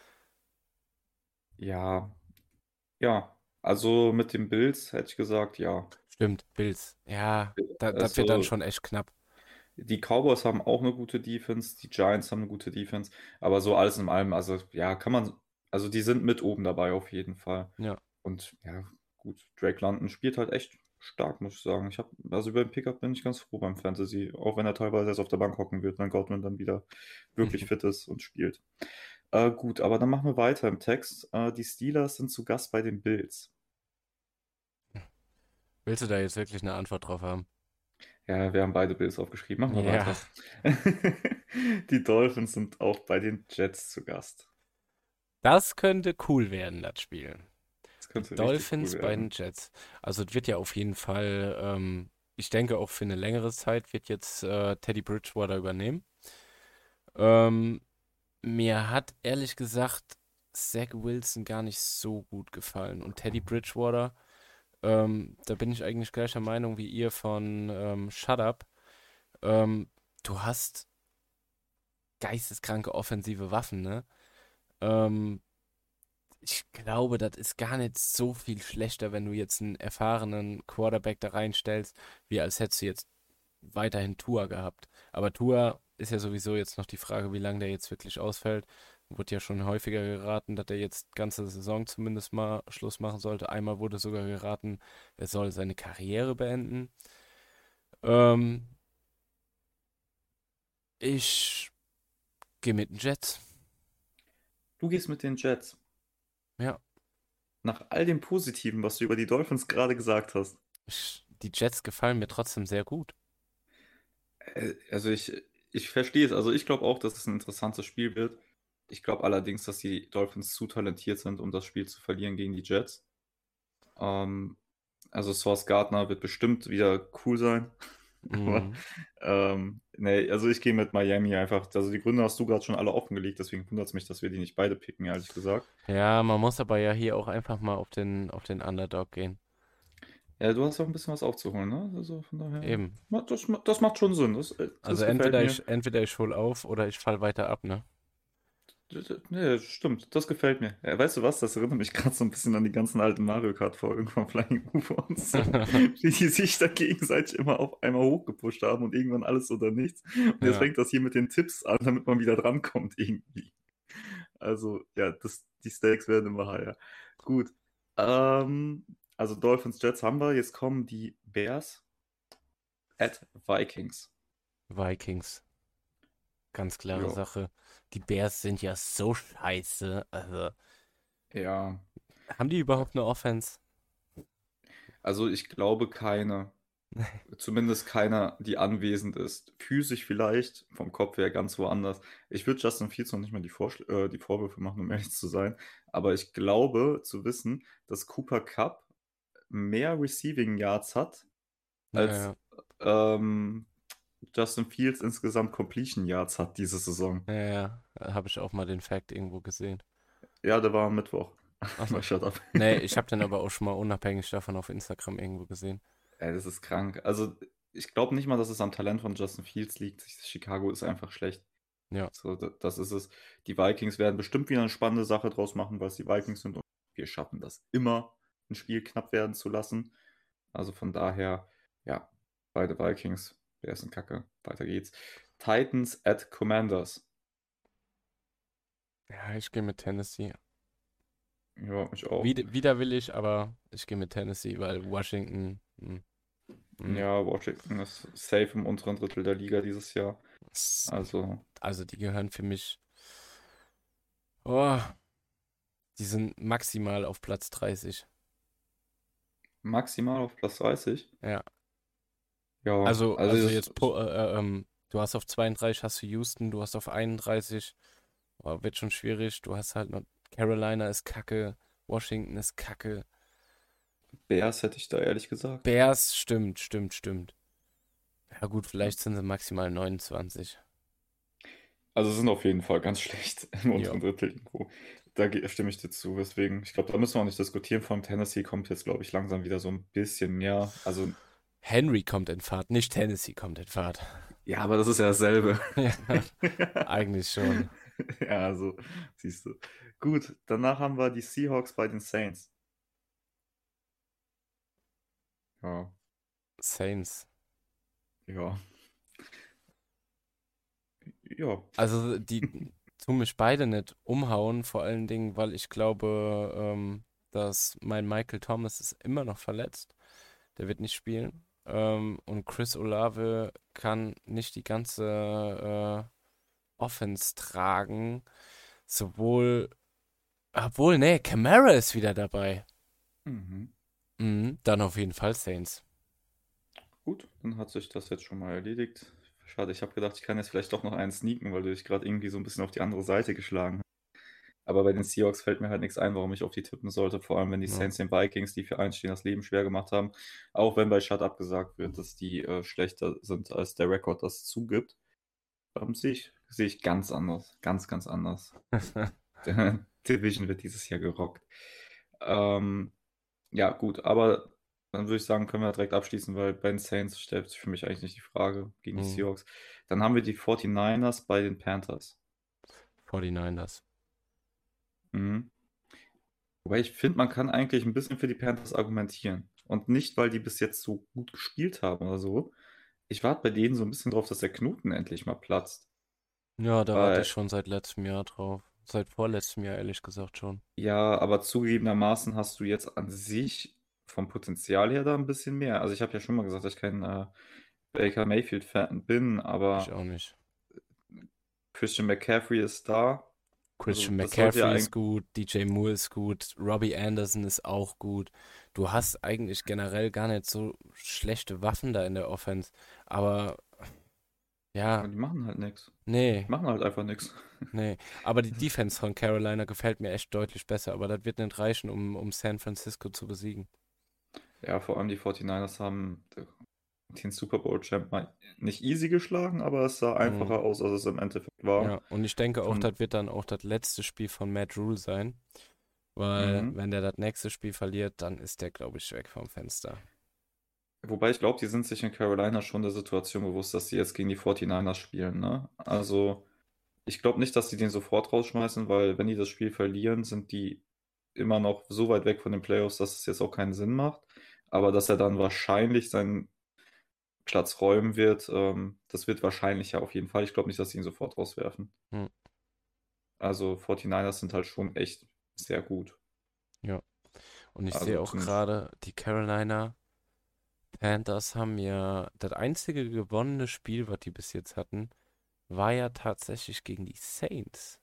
A: Ja, ja. Also mit den Bills hätte ich gesagt, ja.
B: Stimmt, Bills. Ja, da, das wird dann
A: Also
B: schon echt knapp.
A: die Cowboys haben auch eine gute Defense, die Giants haben eine gute Defense, aber so alles in allem, also ja, kann man, also die sind mit oben dabei auf jeden Fall.
B: Ja.
A: Und ja, gut, Drake London spielt halt echt stark, muss ich sagen. Ich habe, also über den Pickup bin ich ganz froh beim Fantasy, auch wenn er teilweise erst auf der Bank hocken wird, wenn Godwin dann wieder wirklich fit ist und spielt. Äh, gut, aber dann machen wir weiter im Text. Äh, die Steelers sind zu Gast bei den Bills.
B: Willst du da jetzt wirklich eine Antwort drauf haben?
A: Ja, wir haben beide Bills aufgeschrieben. Machen wir
B: Ja,
A: weiter. Die Dolphins sind auch bei den Jets zu Gast.
B: das könnte cool werden, das Spiel.
A: Das
B: Die
A: könnte richtig cool
B: Dolphins bei den
A: werden.
B: Jets. Also es wird ja auf jeden Fall, ähm, ich denke auch für eine längere Zeit wird jetzt äh, Teddy Bridgewater übernehmen. Ähm, Mir hat ehrlich gesagt Zach Wilson gar nicht so gut gefallen. Und Teddy Bridgewater, ähm, da bin ich eigentlich gleicher Meinung wie ihr von ähm, Shut Up. Ähm, Du hast geisteskranke offensive Waffen, ne? Ähm, Ich glaube, das ist gar nicht so viel schlechter, wenn du jetzt einen erfahrenen Quarterback da reinstellst, wie als hättest du jetzt weiterhin Tua gehabt. Aber Tua ist ja sowieso jetzt noch die Frage, wie lange der jetzt wirklich ausfällt. Wurde ja schon häufiger geraten, dass er jetzt ganze Saison zumindest mal Schluss machen sollte. Einmal wurde sogar geraten, er soll seine Karriere beenden. Ähm, Ich gehe mit den Jets.
A: Du gehst mit den Jets.
B: Ja,
A: Nach all dem Positiven, was du über die Dolphins gerade gesagt hast.
B: ich, die Jets gefallen mir trotzdem sehr gut.
A: Äh, Also ich, ich verstehe es. Also ich glaube auch, dass es ein interessantes Spiel wird. Ich glaube allerdings, dass die Dolphins zu talentiert sind, um das Spiel zu verlieren gegen die Jets. Ähm, also Sauce Gardner wird bestimmt wieder cool sein. Aber
B: Mhm.
A: ähm, nee, also ich gehe mit Miami einfach. Also die Gründe hast du gerade schon alle offengelegt, deswegen wundert es mich, dass wir die nicht beide picken, ehrlich gesagt.
B: Ja, man muss aber ja hier auch einfach mal auf den, auf den Underdog gehen.
A: Ja, du hast auch ein bisschen was aufzuholen, ne? Also von daher,
B: Eben.
A: ma- das, ma- das macht schon Sinn. Das, äh,
B: Also
A: das gefällt
B: entweder
A: mir.
B: ich, entweder ich hol auf oder ich fall weiter ab, ne?
A: Das- das- Nee, das stimmt, das gefällt mir. Ja, weißt du was? Das erinnert mich gerade so ein bisschen an die ganzen alten Mario Kart-Folgen von Flying U F O und so. Wie die sich da gegenseitig immer auf einmal hochgepusht haben und irgendwann alles oder nichts. Und jetzt
B: Ja.
A: fängt das hier mit den Tipps an, damit man wieder drankommt irgendwie. Also, ja, das, die Stakes werden immer higher. Gut. Ähm, also Dolphins Jets haben wir. Jetzt kommen die Bears at Vikings.
B: Vikings. Ganz klare
A: Ja.
B: Sache. Die Bears sind ja so scheiße. Also,
A: Ja.
B: haben die überhaupt eine Offense?
A: Also ich glaube keine. Zumindest keiner, die anwesend ist. Physisch vielleicht, vom Kopf her ganz woanders. Ich würde Justin Fields noch nicht mal die, Vorschl äh, die Vorwürfe machen, um ehrlich zu sein. Aber ich glaube zu wissen, dass Cooper Kupp mehr Receiving Yards hat, als
B: Ja,
A: ähm, Justin Fields insgesamt Completion Yards hat diese Saison.
B: ja, ja. Habe ich auch mal den Fact irgendwo gesehen.
A: Ja, der war am Mittwoch.
B: Achso.
A: Mal shut up.
B: Nee, ich habe den aber auch schon mal unabhängig davon auf Instagram irgendwo gesehen.
A: Ey, das ist krank. Also ich glaube nicht mal, dass es am Talent von Justin Fields liegt. Chicago ist einfach schlecht.
B: Ja.
A: So, da- das ist es. Die Vikings werden bestimmt wieder eine spannende Sache draus machen, weil es die Vikings sind und wir schaffen das immer, ein Spiel knapp werden zu lassen. Also von daher, ja, beide Vikings. Wer ist ein Kacke? Weiter geht's. Titans at Commanders.
B: Ja, ich gehe mit Tennessee.
A: Ja, ich auch.
B: Wieder, wieder will ich, aber ich gehe mit Tennessee, weil Washington. Hm, hm,
A: Ja, Washington ist safe im unteren Drittel der Liga dieses Jahr.
B: s-
A: Also
B: also die gehören für mich. Oh, die sind maximal auf Platz dreißig.
A: maximal auf Platz dreißig.
B: Ja.
A: Ja,
B: Also,
A: also
B: also
A: das,
B: jetzt, po- äh, äh, ähm, du hast auf zweiunddreißig hast du Houston, du hast auf einunddreißig, oh, wird schon schwierig. Du hast halt noch Carolina ist Kacke, Washington ist Kacke.
A: Bears hätte ich da ehrlich gesagt.
B: Bears, stimmt, stimmt, stimmt. Ja gut, vielleicht sind sie maximal neunundzwanzig.
A: Also sind auf jeden Fall ganz schlecht im
B: Ja.
A: unteren Drittel irgendwo. Da ge- stimme ich dir zu. Deswegen, ich glaube, da müssen wir auch nicht diskutieren. Vom Tennessee kommt jetzt, glaube ich, langsam wieder so ein bisschen mehr. Also,
B: Henry kommt in Fahrt, nicht Tennessee kommt in Fahrt.
A: ja, aber das ist ja dasselbe.
B: Ja, eigentlich schon.
A: Ja, also, siehst du. Gut, danach haben wir die Seahawks bei den Saints. Ja,
B: Saints.
A: ja, ja.
B: Also die tun mich beide nicht umhauen, vor allen Dingen, weil ich glaube, ähm, dass mein Michael Thomas ist immer noch verletzt. Der wird nicht spielen. Ähm, und Chris Olave kann nicht die ganze äh, Offense tragen. Sowohl, obwohl, nee, Kamara ist wieder dabei.
A: Mhm.
B: Mhm, dann auf jeden Fall Saints.
A: Gut, dann hat sich das jetzt schon mal erledigt. Schade, ich habe gedacht, ich kann jetzt vielleicht doch noch einen sneaken, weil du dich gerade irgendwie so ein bisschen auf die andere Seite geschlagen hast. Aber bei den Seahawks fällt mir halt nichts ein, warum ich auf die tippen sollte. Vor allem, wenn die
B: Ja.
A: Saints den Vikings, die für einen stehen, das Leben schwer gemacht haben. Auch wenn bei Shut Up gesagt wird, dass die äh, schlechter sind, als der Rekord das zugibt. Ähm, sehe ich, sehe ich ganz anders. Ganz, ganz anders. Der Division wird dieses Jahr gerockt. Ähm, ja, gut, aber dann würde ich sagen, können wir direkt abschließen, weil bei den Saints stellt sich für mich eigentlich nicht die Frage gegen die
B: Mhm.
A: Seahawks. Dann haben wir die forty-niners bei den Panthers.
B: forty-niners.
A: Mhm. Wobei ich finde, man kann eigentlich ein bisschen für die Panthers argumentieren. Und nicht, weil die bis jetzt so gut gespielt haben oder so. Ich warte bei denen so ein bisschen drauf, dass der Knoten endlich mal platzt.
B: Ja, da warte ich
A: Weil,
B: schon seit letztem Jahr drauf. Seit vorletztem Jahr, ehrlich gesagt schon.
A: ja, aber zugegebenermaßen hast du jetzt an sich vom Potenzial her da ein bisschen mehr. Also ich habe ja schon mal gesagt, dass ich kein äh, Baker Mayfield-Fan bin,
B: Ich
A: aber
B: auch nicht.
A: Christian McCaffrey ist da. Also
B: Christian
A: das sollte ja
B: McCaffrey ist
A: eigentlich.
B: gut, D J Moore ist gut, Robbie Anderson ist auch gut. Du hast eigentlich generell gar nicht so schlechte Waffen da in der Offense. Aber
A: Aber
B: ja,
A: die machen halt nichts.
B: nee,
A: Machen halt einfach nichts.
B: nee. Aber die Defense von Carolina gefällt mir echt deutlich besser. Aber das wird nicht reichen, um, um San Francisco zu besiegen.
A: Ja, vor allem die forty-niners haben den Super Bowl-Champ mal nicht easy geschlagen, aber es sah
B: Mhm.
A: einfacher aus, als es im Endeffekt war.
B: Ja, und ich denke auch,
A: Von,
B: das wird dann auch das letzte Spiel von Matt Rule sein. Weil,
A: mhm.
B: wenn der das nächste Spiel verliert, dann ist der, glaube ich, weg vom Fenster.
A: Wobei ich glaube, die sind sich in Carolina schon der Situation bewusst, dass sie jetzt gegen die forty-niners spielen, ne? Also, ich glaube nicht, dass sie den sofort rausschmeißen, weil wenn die das Spiel verlieren, sind die immer noch so weit weg von den Playoffs, dass es jetzt auch keinen Sinn macht. Aber dass er dann wahrscheinlich seinen Platz räumen wird, ähm, das wird wahrscheinlich ja auf jeden Fall. Ich glaube nicht, dass sie ihn sofort rauswerfen.
B: Hm,
A: Also forty-niners sind halt schon echt sehr gut.
B: ja. Und ich
A: Also
B: sehe auch
A: zumindest.
B: gerade, die Carolina Panthers haben ja das einzige gewonnene Spiel, was die bis jetzt hatten, war ja tatsächlich gegen die Saints.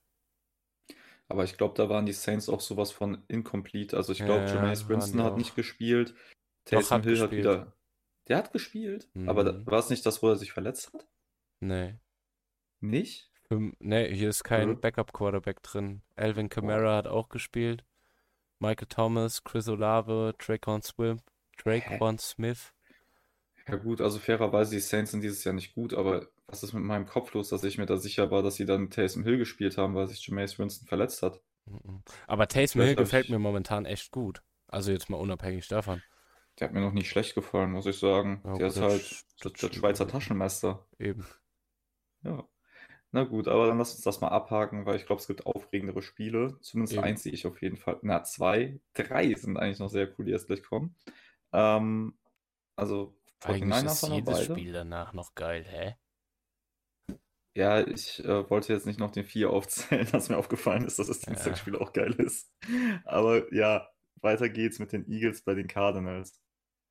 A: Aber ich glaube, da waren die Saints auch sowas von incomplete. Also ich glaube,
B: Ja,
A: Jameis
B: waren die
A: Winston hat nicht
B: auch.
A: gespielt.
B: Doch,
A: Taysom
B: hat
A: Hill hat
B: gespielt.
A: wieder. Der hat gespielt. Aber da,
B: Hm,
A: war es nicht das, wo er sich verletzt hat?
B: nee.
A: Nicht?
B: Fünf, nee, hier ist
A: Hä?
B: kein Backup-Quarterback drin. Alvin
A: Boah.
B: Kamara hat auch gespielt. Michael Thomas, Chris Olave, Traquan Smith,
A: Hä?
B: Traquan Smith.
A: Ja gut, also fairerweise, die Saints sind dieses Jahr nicht gut, aber was ist mit meinem Kopf los, dass ich mir da sicher war, dass sie dann mit Taysom Hill gespielt haben, weil sich Jameis Winston verletzt hat?
B: Mhm. Aber Taysom Hill
A: Vielleicht habe
B: gefällt
A: ich.
B: mir momentan echt gut. Also jetzt mal unabhängig davon.
A: Der hat mir noch nicht schlecht gefallen, muss ich sagen.
B: Ja,
A: Der
B: gut,
A: ist
B: das,
A: halt
B: sch-
A: das,
B: das
A: das
B: stimmt
A: Schweizer
B: natürlich.
A: Taschenmesser.
B: Eben.
A: Ja. Na gut, aber dann lass uns das mal abhaken, weil ich glaube, es gibt aufregendere Spiele. Zumindest
B: Eben.
A: eins sehe ich auf jeden Fall. Na, zwei, drei sind eigentlich noch sehr cool, die jetzt gleich kommen. Ähm, also
B: Eigentlich
A: forty-niners
B: ist
A: haben wir
B: jedes
A: beide.
B: Spiel danach noch geil, hä?
A: Ja, ich äh, wollte jetzt nicht noch den vier aufzählen, dass mir aufgefallen ist, dass das
B: Ja.
A: Dienstagsspiel auch geil ist. Aber ja, weiter geht's mit den Eagles bei den Cardinals.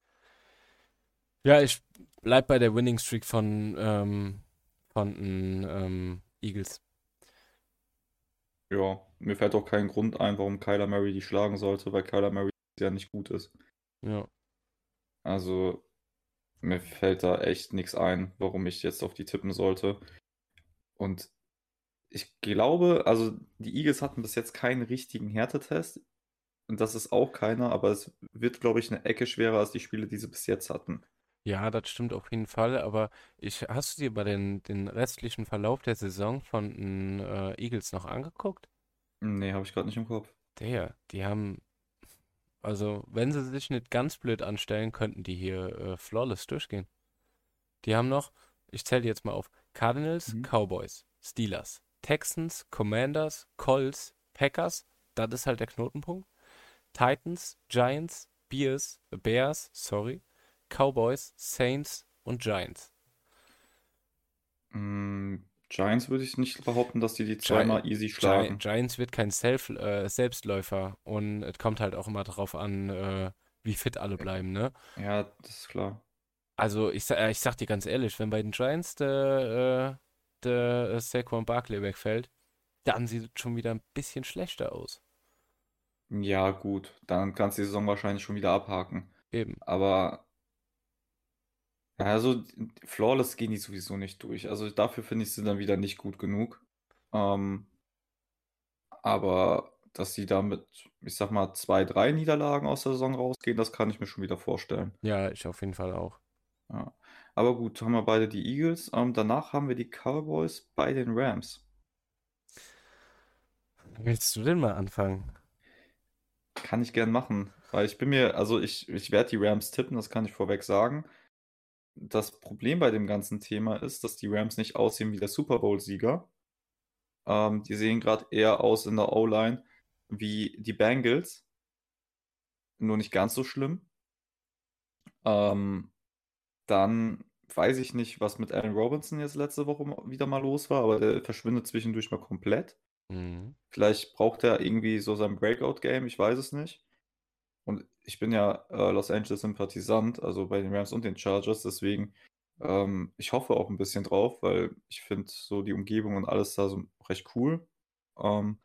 B: Ja, ich bleib bei der Winning Streak von, ähm, von den ähm, Eagles.
A: Ja, mir fällt auch kein Grund ein, warum Kyler Murray die schlagen sollte, weil Kyler Murray ja nicht gut ist.
B: Ja.
A: Also mir fällt da echt nichts ein, warum ich jetzt auf die tippen sollte. Und ich glaube, also die Eagles hatten bis jetzt keinen richtigen Härtetest. Und das ist auch keiner, aber es wird, glaube ich, eine Ecke schwerer als die Spiele, die sie bis jetzt hatten.
B: Ja, das stimmt auf jeden Fall, aber ich, hast du dir mal den, den restlichen Verlauf der Saison von den äh, Eagles noch angeguckt?
A: Nee, habe ich gerade nicht im Kopf.
B: Der, die haben, also wenn sie sich nicht ganz blöd anstellen, könnten die hier äh, flawless durchgehen. Die haben noch, ich zähle jetzt mal auf, Cardinals,
A: Mhm.
B: Cowboys, Steelers, Texans, Commanders, Colts, Packers, das ist halt der Knotenpunkt, Titans, Giants, Bears, Bears, sorry, Cowboys, Saints und Giants.
A: Mm, Giants würde ich nicht behaupten, dass die die
B: Gi
A: zweimal easy
B: Gi
A: schlagen.
B: Giants wird kein Self äh, Selbstläufer und es kommt halt auch immer darauf an, äh, wie fit alle bleiben, ne?
A: Ja, das ist klar.
B: Also ich, sa- äh, ich sag dir ganz ehrlich, wenn bei den Giants der, äh, der äh, Saquon Barkley wegfällt, dann sieht es schon wieder ein bisschen schlechter aus.
A: Ja, gut, dann kannst du die Saison wahrscheinlich schon wieder abhaken.
B: Eben.
A: Aber ja, also flawless gehen die sowieso nicht durch. Also dafür finde ich sie dann wieder nicht gut genug. Ähm, aber dass sie da mit, ich sag mal, zwei, drei Niederlagen aus der Saison rausgehen, das kann ich mir schon wieder vorstellen.
B: Ja, ich auf jeden Fall auch.
A: Ja. Aber gut, haben wir beide die Eagles. Ähm, danach haben wir die Cowboys bei den Rams.
B: Willst du denn mal anfangen?
A: Kann ich gern machen, weil ich bin mir, also ich, ich werde die Rams tippen, das kann ich vorweg sagen. Das Problem bei dem ganzen Thema ist, dass die Rams nicht aussehen wie der Super Bowl-Sieger. Ähm, die sehen gerade eher aus in der O-Line wie die Bengals, nur nicht ganz so schlimm. Ähm, dann weiß ich nicht, was mit Allen Robinson jetzt letzte Woche mal- wieder mal los war, aber der verschwindet zwischendurch mal komplett.
B: Mhm.
A: Vielleicht braucht er irgendwie so sein Breakout-Game, ich weiß es nicht. Und ich bin ja äh, Los Angeles-Sympathisant, also bei den Rams und den Chargers, deswegen ähm, ich hoffe auch ein bisschen drauf, weil ich finde so die Umgebung und alles da so recht cool. Ähm,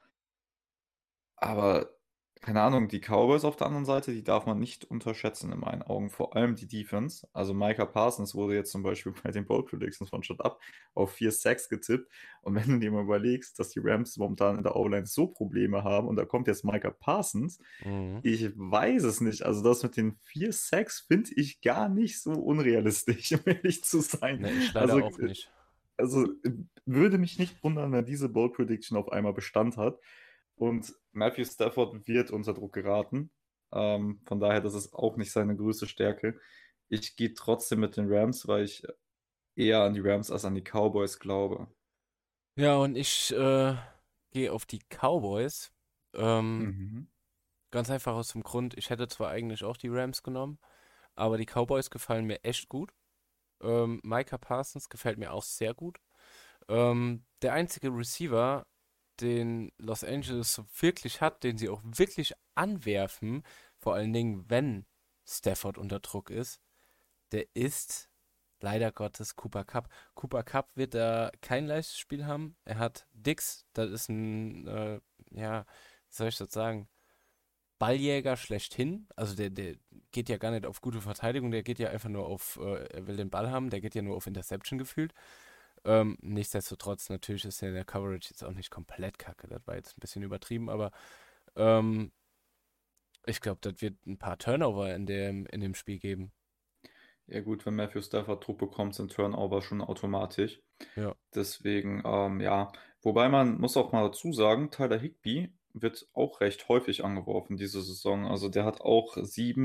A: aber keine Ahnung, die Cowboys auf der anderen Seite, die darf man nicht unterschätzen in meinen Augen. Vor allem die Defense. Also Micah Parsons wurde jetzt zum Beispiel bei den Bold Predictions von Shut Up auf vier Sacks getippt. Und wenn du dir mal überlegst, dass die Rams momentan in der O-Line so Probleme haben und da kommt jetzt Micah Parsons,
B: Mhm.
A: ich weiß es nicht. Also das mit den vier Sacks finde ich gar nicht so unrealistisch, um ehrlich zu sein.
B: Ne, ich leider
A: Also,
B: auch
A: äh,
B: nicht.
A: also äh, würde mich nicht wundern, wenn diese Bold Prediction auf einmal Bestand hat. Und Matthew Stafford wird unter Druck geraten. Ähm, von daher, das ist auch nicht seine größte Stärke. Ich gehe trotzdem mit den Rams, weil ich eher an die Rams als an die Cowboys glaube.
B: Ja, und ich äh, gehe auf die Cowboys. Ähm,
A: Mhm.
B: ganz einfach aus dem Grund, ich hätte zwar eigentlich auch die Rams genommen, aber die Cowboys gefallen mir echt gut. Ähm, Micah Parsons gefällt mir auch sehr gut. Ähm, der einzige Receiver, den Los Angeles so wirklich hat, den sie auch wirklich anwerfen, vor allen Dingen, wenn Stafford unter Druck ist, der ist leider Gottes Cooper Kupp. Cooper Kupp wird da kein leichtes Spiel haben. Er hat Dix, das ist ein, äh, ja, wie soll ich das sagen? Balljäger schlechthin. Also der, der geht ja gar nicht auf gute Verteidigung, der geht ja einfach nur auf, äh, er will den Ball haben, der geht ja nur auf Interception gefühlt. Ähm, nichtsdestotrotz, natürlich ist ja der Coverage jetzt auch nicht komplett kacke. Das war jetzt ein bisschen übertrieben, aber ähm, ich glaube, das wird ein paar Turnover in dem, in dem Spiel geben.
A: Ja gut, wenn Matthew Stafford Druck bekommt, sind Turnover schon automatisch.
B: Ja.
A: Deswegen, ähm, ja. Wobei man muss auch mal dazu sagen, Tyler Higbee wird auch recht häufig angeworfen diese Saison. Also der hat auch sieben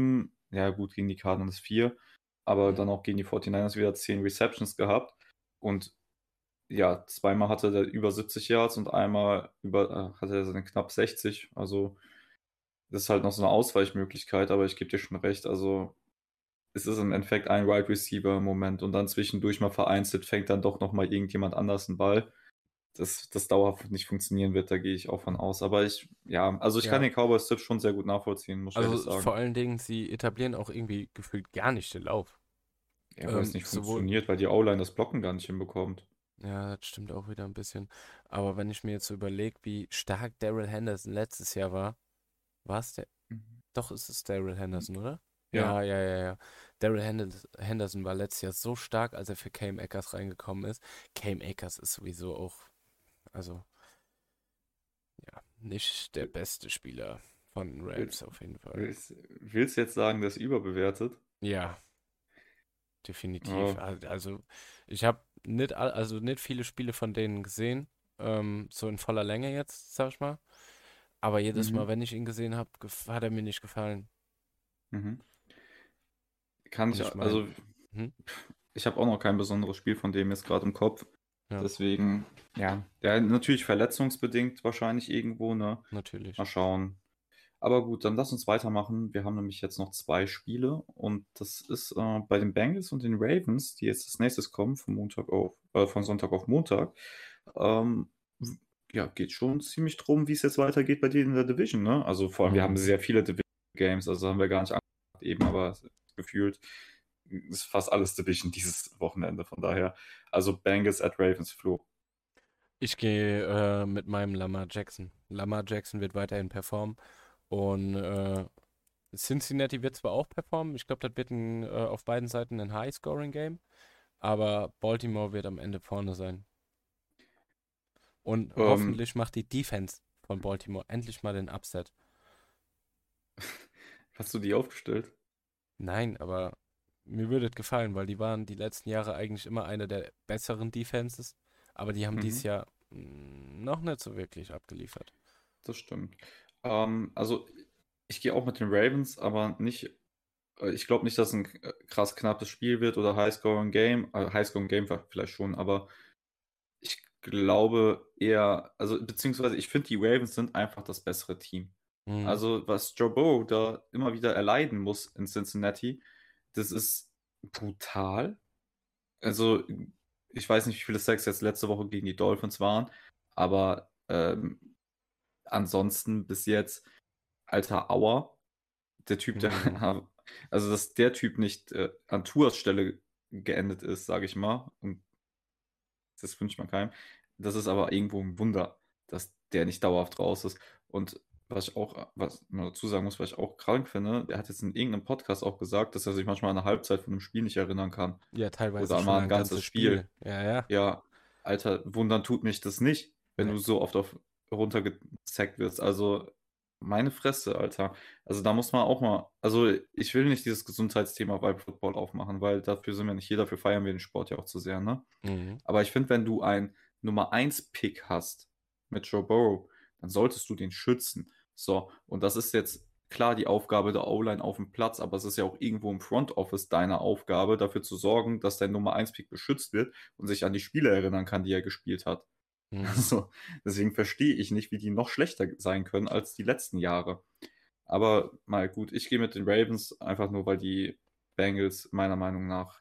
A: ja gut, gegen die Cardinals vier, aber
B: Mhm.
A: dann auch gegen die forty-niners wieder zehn Receptions gehabt und ja, zweimal hatte der über siebzig Yards und einmal über äh, hatte er seine knapp sechzig. Also, das ist halt noch so eine Ausweichmöglichkeit, aber ich gebe dir schon recht, also, es ist im Endeffekt ein Wide Receiver im Moment und dann zwischendurch mal vereinzelt fängt dann doch noch mal irgendjemand anders 'n Ball. Dass das dauerhaft nicht funktionieren wird, da gehe ich auch von aus. Aber ich ja, also, ich kann
B: Ja,
A: den Cowboys-Tipp schon sehr gut nachvollziehen, muss ich ehrlich
B: also
A: sagen.
B: vor allen Dingen, sie etablieren auch irgendwie gefühlt gar nicht den Lauf.
A: Ja, weil es
B: Ähm,
A: nicht
B: sowohl,
A: funktioniert, weil die O-Line das Blocken gar nicht hinbekommt.
B: ja, das stimmt auch wieder ein bisschen. Aber wenn ich mir jetzt so überlege, wie stark Daryl Henderson letztes Jahr war, war es der?
A: Mhm.
B: Doch, ist es Daryl Henderson, oder?
A: Ja,
B: Ja, ja, ja, ja. Daryl Henderson Henderson war letztes Jahr so stark, als er für Cam Akers reingekommen ist. Cam Akers ist sowieso auch, also, ja, nicht der beste Spieler von den Rams
A: willst
B: auf jeden Fall.
A: willst willst du jetzt sagen, der ist überbewertet?
B: Ja, definitiv.
A: Ja,
B: Al- Also, ich habe nicht, all- also nicht viele Spiele von denen gesehen, ähm, so in voller Länge jetzt, sag ich mal. Aber jedes Mal,
A: mhm,
B: wenn ich ihn gesehen habe, hat er mir nicht gefallen.
A: mhm. Kann
B: Und
A: ich
B: ich meine,
A: also,
B: hm?
A: ich habe auch noch kein besonderes Spiel von dem jetzt gerade im Kopf.
B: Ja,
A: Deswegen, ja, der natürlich verletzungsbedingt wahrscheinlich irgendwo, ne?
B: natürlich.
A: Mal schauen. Aber gut, dann lass uns weitermachen. Wir haben nämlich jetzt noch zwei Spiele und das ist äh, bei den Bengals und den Ravens, die jetzt als nächstes kommen, von Montag auf, äh, von Sonntag auf Montag. Ähm, w- ja, geht schon ziemlich drum, wie es jetzt weitergeht bei denen in der Division, ne? Also vor allem, wir haben
B: Mhm.
A: sehr viele Division Games, also haben wir gar nicht angeguckt eben, aber gefühlt ist fast alles Division dieses Wochenende, von daher. Also Bengals at Ravens, Flo.
B: Ich gehe äh, mit meinem Lamar Jackson. Lamar Jackson wird weiterhin performen und äh, Cincinnati wird zwar auch performen, ich glaube, das wird ein, äh, auf beiden Seiten ein High-Scoring-Game, aber Baltimore wird am Ende vorne sein. Und
A: Ähm,
B: hoffentlich macht die Defense von Baltimore endlich mal den Upset.
A: Hast du die aufgestellt?
B: Nein, aber mir würde es gefallen, weil die waren die letzten Jahre eigentlich immer eine der besseren Defenses, aber die haben dieses
A: Mhm.
B: Jahr mh, noch nicht so wirklich abgeliefert.
A: Das stimmt. Ähm, also ich gehe auch mit den Ravens, aber nicht, äh, ich glaube nicht, dass ein äh, krass knappes Spiel wird oder Highscoring Game. Äh, Highscoring Game vielleicht schon, aber ich glaube eher, also beziehungsweise ich finde, die Ravens sind einfach das bessere Team.
B: Mhm.
A: Also was Joe Burrow da immer wieder erleiden muss in Cincinnati, das ist brutal. Also ich weiß nicht, wie viele Sacks jetzt letzte Woche gegen die Dolphins waren, aber ähm, ansonsten bis jetzt, alter Auer, der Typ, der,
B: Mhm.
A: also dass der Typ nicht äh, an Tours Stelle geendet ist, sage ich mal, und das wünscht man keinem. Das ist aber irgendwo ein Wunder, dass der nicht dauerhaft raus ist. Und was ich auch, was man dazu sagen muss, was ich auch krank finde, der hat jetzt in irgendeinem Podcast auch gesagt, dass er sich manchmal an eine Halbzeit von einem Spiel nicht erinnern kann.
B: Ja, teilweise
A: Oder
B: schon
A: mal ein
B: ein
A: ganzes
B: ganzes Spiel.
A: Spiel.
B: Ja, ja.
A: Ja, Alter, wundern tut mich das nicht, wenn
B: Nee.
A: du so oft auf runtergezackt wirst. Also, meine Fresse, Alter. Also, da muss man auch mal, also, ich will nicht dieses Gesundheitsthema bei Football aufmachen, weil dafür sind wir nicht hier, dafür feiern wir den Sport ja auch zu sehr, ne?
B: Mhm.
A: Aber ich finde, wenn du ein Nummer eins Pick hast mit Joe Burrow, dann solltest du den schützen. So, und das ist jetzt klar die Aufgabe der O-Line auf dem Platz, aber es ist ja auch irgendwo im Front Office deine Aufgabe, dafür zu sorgen, dass dein Nummer eins Pick beschützt wird und sich an die Spiele erinnern kann, die er gespielt hat.
B: Mhm.
A: Also, deswegen verstehe ich nicht, wie die noch schlechter sein können als die letzten Jahre. Aber mal gut, ich gehe mit den Ravens einfach nur, weil die Bengals meiner Meinung nach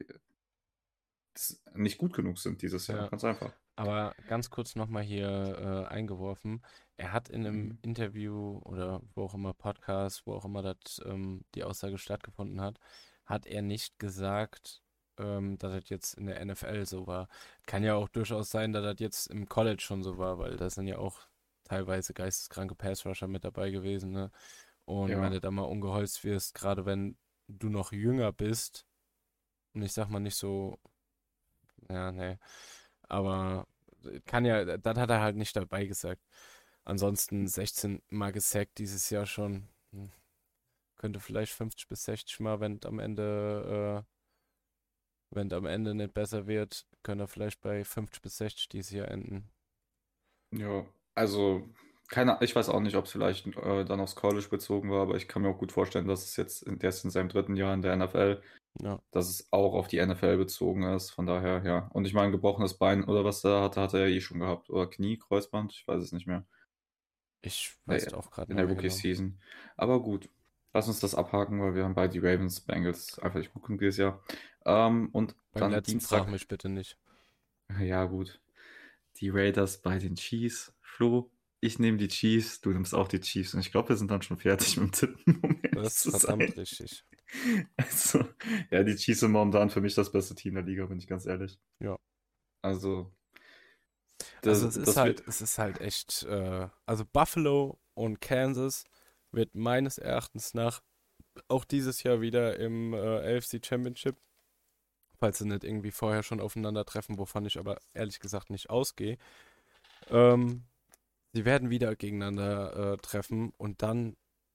A: nicht gut genug sind dieses Jahr.
B: Ja.
A: Ganz einfach.
B: Aber ganz kurz nochmal hier äh, eingeworfen. Er hat in einem
A: Mhm.
B: Interview oder wo auch immer Podcast, wo auch immer das, ähm, die Aussage stattgefunden hat, hat er nicht gesagt, ähm, dass das jetzt in der N F L so war. Kann ja auch durchaus sein, dass das jetzt im College schon so war, weil da sind ja auch teilweise geisteskranke Pass-Rusher mit dabei gewesen, ne? Und wenn
A: Ja,
B: du da mal ungeholzt wirst, gerade wenn du noch jünger bist, und ich sag mal nicht so, ja, nee. Aber kann ja, das hat er halt nicht dabei gesagt. Ansonsten sechzehn Mal gesackt dieses Jahr schon. Hm, Könnte vielleicht fünfzig bis sechzig Mal, wenn es am Ende, äh, wenn es am Ende nicht besser wird, könnte er vielleicht bei fünfzig bis sechzig dieses Jahr enden.
A: ja. Also keine, ich weiß auch nicht, ob es vielleicht äh, dann aufs College bezogen war, aber ich kann mir auch gut vorstellen, dass es jetzt, in- der ist in seinem dritten Jahr in der N F L,
B: Ja.
A: dass es auch auf die N F L bezogen ist. Von daher, ja. Und ich meine, gebrochenes Bein oder was er hatte, hat er ja eh schon gehabt. Oder Knie, Kreuzband, ich weiß es nicht mehr.
B: Ich weiß es
A: Naja,
B: auch gerade
A: in
B: nicht
A: der
B: mehr genau.
A: Rookie-Season. Aber gut, lass uns das abhaken, weil wir haben beide die Ravens, Bengals einfach nicht gut genug dieses Jahr. Ähm, und
B: Beim
A: dann
B: letzten frag
A: Dienstag,
B: mich bitte nicht.
A: ja gut, die Raiders bei den Chiefs. Flo, ich nehme die Chiefs, du nimmst auch die Chiefs. Und ich glaube, wir sind dann schon fertig mit dem Tippen, um ehrlich
B: Das ist
A: zu
B: verdammt
A: sein.
B: richtig.
A: Also, ja, die Chiefs sind momentan für mich das beste Team der Liga, bin ich ganz ehrlich.
B: Ja.
A: Also,
B: Also
A: das,
B: es ist
A: das
B: halt,
A: wird.
B: es ist halt echt, äh, also Buffalo und Kansas wird meines Erachtens nach auch dieses Jahr wieder im äh, A F C Championship, falls sie nicht irgendwie vorher schon aufeinandertreffen, wovon ich aber ehrlich gesagt nicht ausgehe. Ähm, sie werden wieder gegeneinander äh, treffen und dann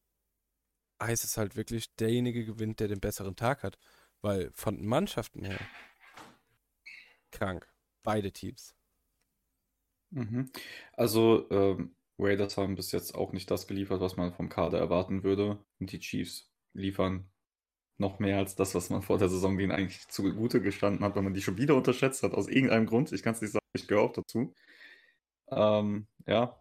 B: heißt es halt wirklich, derjenige gewinnt, der den besseren Tag hat. Weil von den Mannschaften her, krank. Beide Teams.
A: Mhm. Also, ähm, Raiders haben bis jetzt auch nicht das geliefert, was man vom Kader erwarten würde. Und die Chiefs liefern noch mehr als das, was man vor der Saison denen eigentlich zugute gestanden hat, wenn man die schon wieder unterschätzt hat, aus irgendeinem Grund. Ich kann es nicht sagen, ich gehöre auch dazu. Ähm, ja,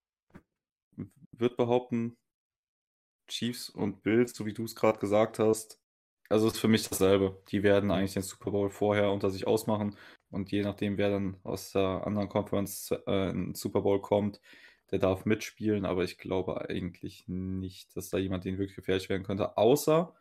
A: würde behaupten, Chiefs und Bills, so wie du es gerade gesagt hast, also ist für mich dasselbe. Die werden eigentlich den Super Bowl vorher unter sich ausmachen und je nachdem, wer dann aus der anderen Conference äh, in den Super Bowl kommt, der darf mitspielen, aber ich glaube eigentlich nicht, dass da jemand den wirklich gefährlich werden könnte, außer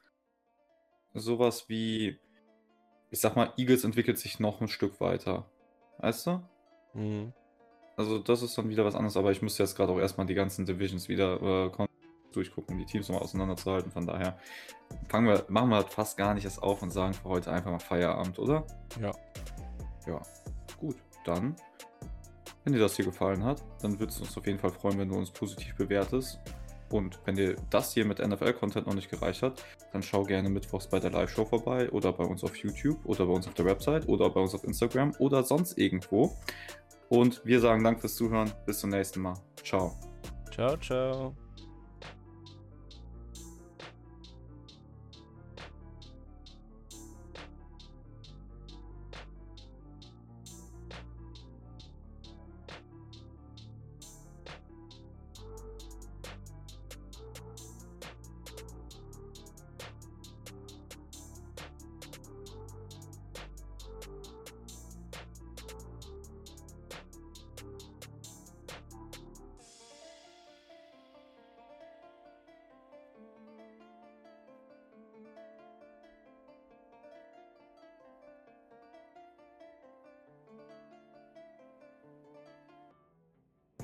A: sowas wie, ich sag mal, Eagles entwickelt sich noch ein Stück weiter. Weißt du?
B: Mhm.
A: Also das ist dann wieder was anderes, aber ich müsste jetzt gerade auch erstmal die ganzen Divisions wieder äh, kon- durchgucken, um die Teams nochmal auseinanderzuhalten. Von daher fangen wir, machen wir fast gar nicht erst auf und sagen für heute einfach mal Feierabend, oder?
B: Ja.
A: Ja, gut. Dann, wenn dir das hier gefallen hat, dann würde es uns auf jeden Fall freuen, wenn du uns positiv bewertest. Und wenn dir das hier mit N F L-Content noch nicht gereicht hat, dann schau gerne mittwochs bei der Live-Show vorbei oder bei uns auf YouTube oder bei uns auf der Website oder bei uns auf Instagram oder sonst irgendwo. Und wir sagen Dank fürs Zuhören. Bis zum nächsten Mal. Ciao.
B: Ciao, ciao.